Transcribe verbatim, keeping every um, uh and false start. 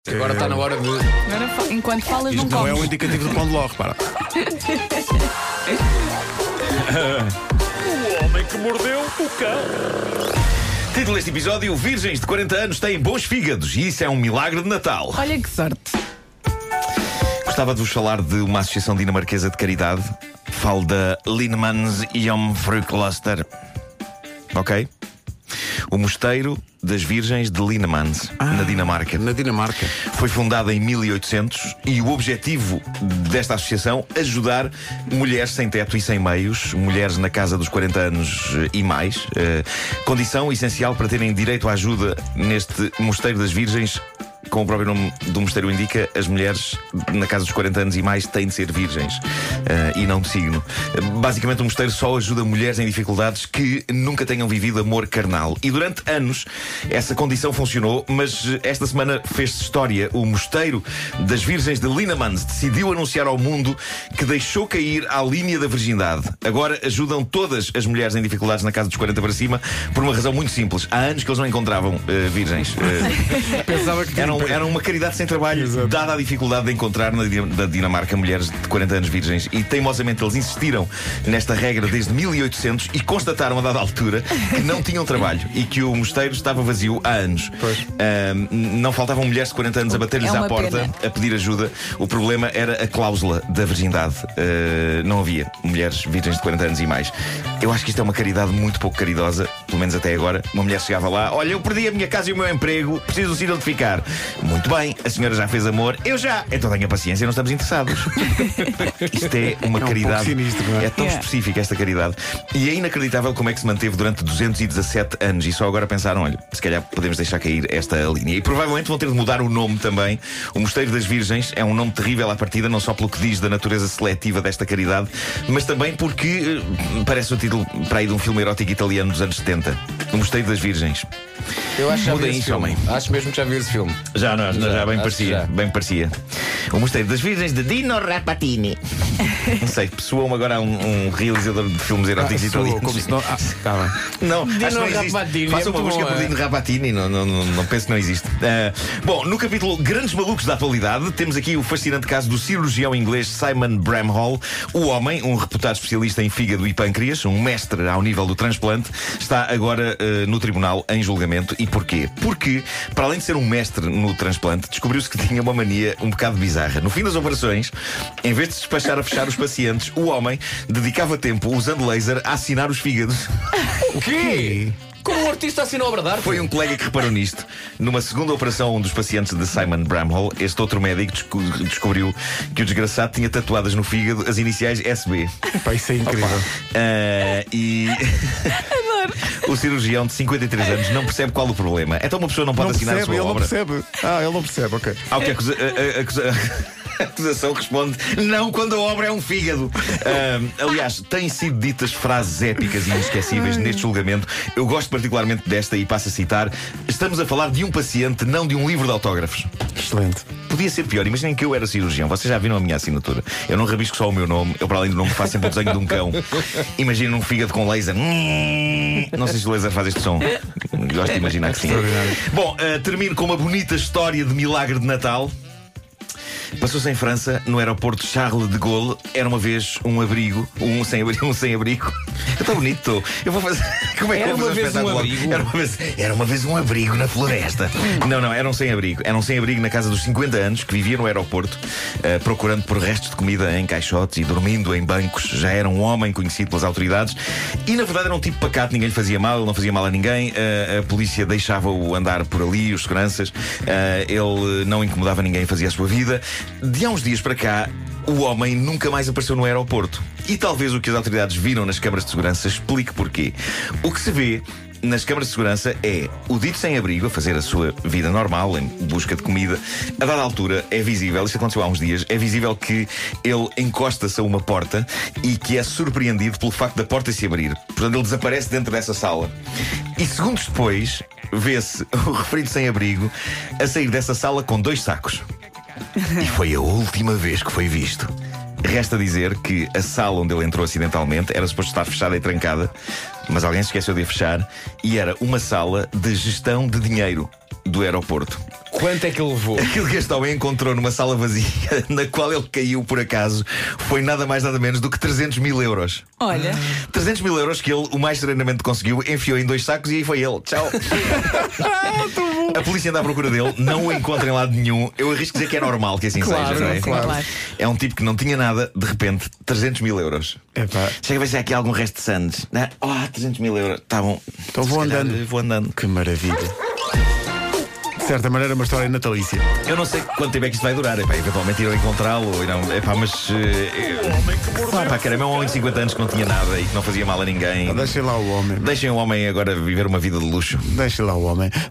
Agora está na hora de. Agora, fa- enquanto falas, não Isto não é comes. o indicativo do pão de ló, repara. O homem que mordeu o cão. Título deste episódio: Virgens de quarenta anos têm bons fígados e isso é um milagre de Natal. Olha que sorte. Gostava de vos falar de uma associação dinamarquesa de caridade. Falo da Linnemans Jomfrukloster. Ok? O Mosteiro das Virgens de Linnemans, Ah, na Dinamarca. Na Dinamarca. Foi fundada em mil e oitocentos e o objetivo desta associação é ajudar mulheres sem teto e sem meios, mulheres na casa dos quarenta anos e mais, eh, condição essencial para terem direito à ajuda neste Mosteiro das Virgens. Como o próprio nome do mosteiro indica, as mulheres na casa dos quarenta anos e mais têm de ser virgens uh, e não de signo. Uh, basicamente, o mosteiro só ajuda mulheres em dificuldades que nunca tenham vivido amor carnal. E durante anos essa condição funcionou, mas esta semana fez-se história. O Mosteiro das Virgens de Linnemans decidiu anunciar ao mundo que deixou cair a linha da virgindade. Agora ajudam todas as mulheres em dificuldades na casa dos quarenta para cima por uma razão muito simples. Há anos que eles não encontravam uh, virgens. Uh, Pensava que Era, um, era uma caridade sem trabalho, Exato. dada a dificuldade de encontrar na Din- da Dinamarca mulheres de quarenta anos virgens. E teimosamente eles insistiram nesta regra desde mil e oitocentos e constataram a dada altura que não tinham trabalho e que o mosteiro estava vazio há anos. Ahm, não faltavam mulheres de quarenta anos a bater-lhes É à uma porta, pena. a pedir ajuda. O problema era a cláusula da virgindade. Ah, não havia mulheres virgens de quarenta anos e mais. Eu acho que isto é uma caridade muito pouco caridosa, pelo menos até agora. Uma mulher chegava lá: olha, eu perdi a minha casa e o meu emprego, preciso de onde ficar. Muito bem, a senhora já fez amor, eu já. Então tenha paciência, não estamos interessados. Isto é uma É um caridade. pouco sinistro, não é? É tão Yeah. específica esta caridade. E é inacreditável como é que se manteve durante duzentos e dezassete anos. E só agora pensaram: olha, se calhar podemos deixar cair esta linha. E provavelmente vão ter de mudar o nome também. O Mosteiro das Virgens é um nome terrível à partida, não só pelo que diz da natureza seletiva desta caridade, mas também porque eh, parece o título para aí de um filme erótico italiano dos anos setenta. O Mosteiro das Virgens. Eu acho que já vi Mudem esse isso, filme. homem. Acho mesmo que já vi esse filme. Já, não, já, Já, bem acho parecia, que já. bem parecia. O Mosteiro das Virgens de Dino Rapatini. Não sei, soou-me agora a um, um realizador de filmes eróticos Soou italianos. como se não. Ah, tá bem. Não, Dino acho que não existe. Rapatini, Faça é uma muito busca bom, por é? Dino Rapatini, não, não, não, não penso que não existe. Ah, bom, no capítulo Grandes Malucos da Atualidade, temos aqui o fascinante caso do cirurgião inglês Simon Bramhall. O homem, um reputado especialista em fígado e pâncreas, um mestre ao nível do transplante, está agora ah, no tribunal em julgamento. E porquê? Porque, para além de ser um mestre no transplante, descobriu-se que tinha uma mania um bocado bizarra. No fim das operações, em vez de se despachar a fechar os pacientes, o homem dedicava tempo, usando laser, a assinar os fígados. O quê? Como um artista assinou a bradar? Foi um colega que reparou nisto. Numa segunda operação a um dos pacientes de Simon Bramhall, este outro médico desco- descobriu que o desgraçado tinha tatuadas no fígado as iniciais S B. Pá, isso é incrível. Ah, e o cirurgião de cinquenta e três anos não percebe qual o problema. Então uma pessoa não pode Não assinar percebe, a ele sua não obra. percebe. Ah, ele não percebe, ok. Ao que a, acusa- a- a- acusa- a acusação responde: não, quando a obra é um fígado. Ah, aliás, têm sido ditas frases épicas e inesquecíveis neste julgamento. Eu gosto particularmente desta e passo a citar: estamos a falar de um paciente, não de um livro de autógrafos. Excelente. Podia ser pior, imaginem que eu era cirurgião. Vocês já viram a minha assinatura. Eu não rabisco só o meu nome, eu, para além do nome, faço sempre o desenho de um cão. Imaginem um fígado com laser. Não sei se o laser faz este som. Gosto de imaginar que sim. Extraordinário. Bom, uh, termino com uma bonita história de milagre de Natal. Passou-se em França, no aeroporto Charles de Gaulle. Era uma vez um abrigo, um sem-abrigo. Um sem -abrigo. Está bonito. Eu vou fazer. Como é que Era eu vou uma fazer vez um espetáculo? abrigo? Era uma vez, era uma vez um abrigo na floresta. Não, não, era um sem-abrigo. Era um sem-abrigo na casa dos cinquenta anos que vivia no aeroporto, uh, procurando por restos de comida em caixotes e dormindo em bancos. Já era um homem conhecido pelas autoridades e, na verdade, era um tipo pacato. Ninguém lhe fazia mal, ele não fazia mal a ninguém. Uh, a polícia deixava-o andar por ali, os seguranças. Uh, ele não incomodava ninguém, fazia a sua vida. De há uns dias para cá, o homem nunca mais apareceu no aeroporto. E talvez o que as autoridades viram nas câmaras de segurança explique porquê. O que se vê nas câmaras de segurança é o dito sem-abrigo a fazer a sua vida normal, em busca de comida. A dada altura é visível, isto aconteceu há uns dias, é visível que ele encosta-se a uma porta e que é surpreendido pelo facto da porta se abrir. Portanto, ele desaparece dentro dessa sala. E segundos depois, vê-se o referido sem-abrigo a sair dessa sala com dois sacos. E foi a última vez que foi visto. Resta dizer que a sala onde ele entrou acidentalmente era suposto estar fechada e trancada, mas alguém se esqueceu de a fechar e era uma sala de gestão de dinheiro do aeroporto. Quanto é que ele levou? Aquilo que este homem encontrou numa sala vazia, na qual ele caiu por acaso, foi nada mais nada menos do que trezentos mil euros. Olha. trezentos mil euros que ele, o mais serenamente conseguiu, enfiou em dois sacos e aí foi ele. Tchau. A polícia anda à procura dele, não o encontra em lado nenhum. Eu arrisco dizer que é normal que assim Claro, seja, não é? claro. Claro. É um tipo que não tinha nada, de repente, trezentos mil euros. Epá. Chega a ver se há aqui algum resto de sandes. Não? Oh, trezentos mil euros. Tá bom. Então vou Se calhar, andando. Vou andando. Que maravilha. De certa maneira, uma história natalícia. Eu não sei quanto tempo é que isto vai durar. Epá, eventualmente irão encontrá-lo. Irão... Epá, mas. Uh, Epá, caramba, é um homem de cinquenta anos que não tinha nada e que não fazia mal a ninguém. Deixem lá o homem. Deixem o homem agora viver uma vida de luxo. Deixem lá o homem.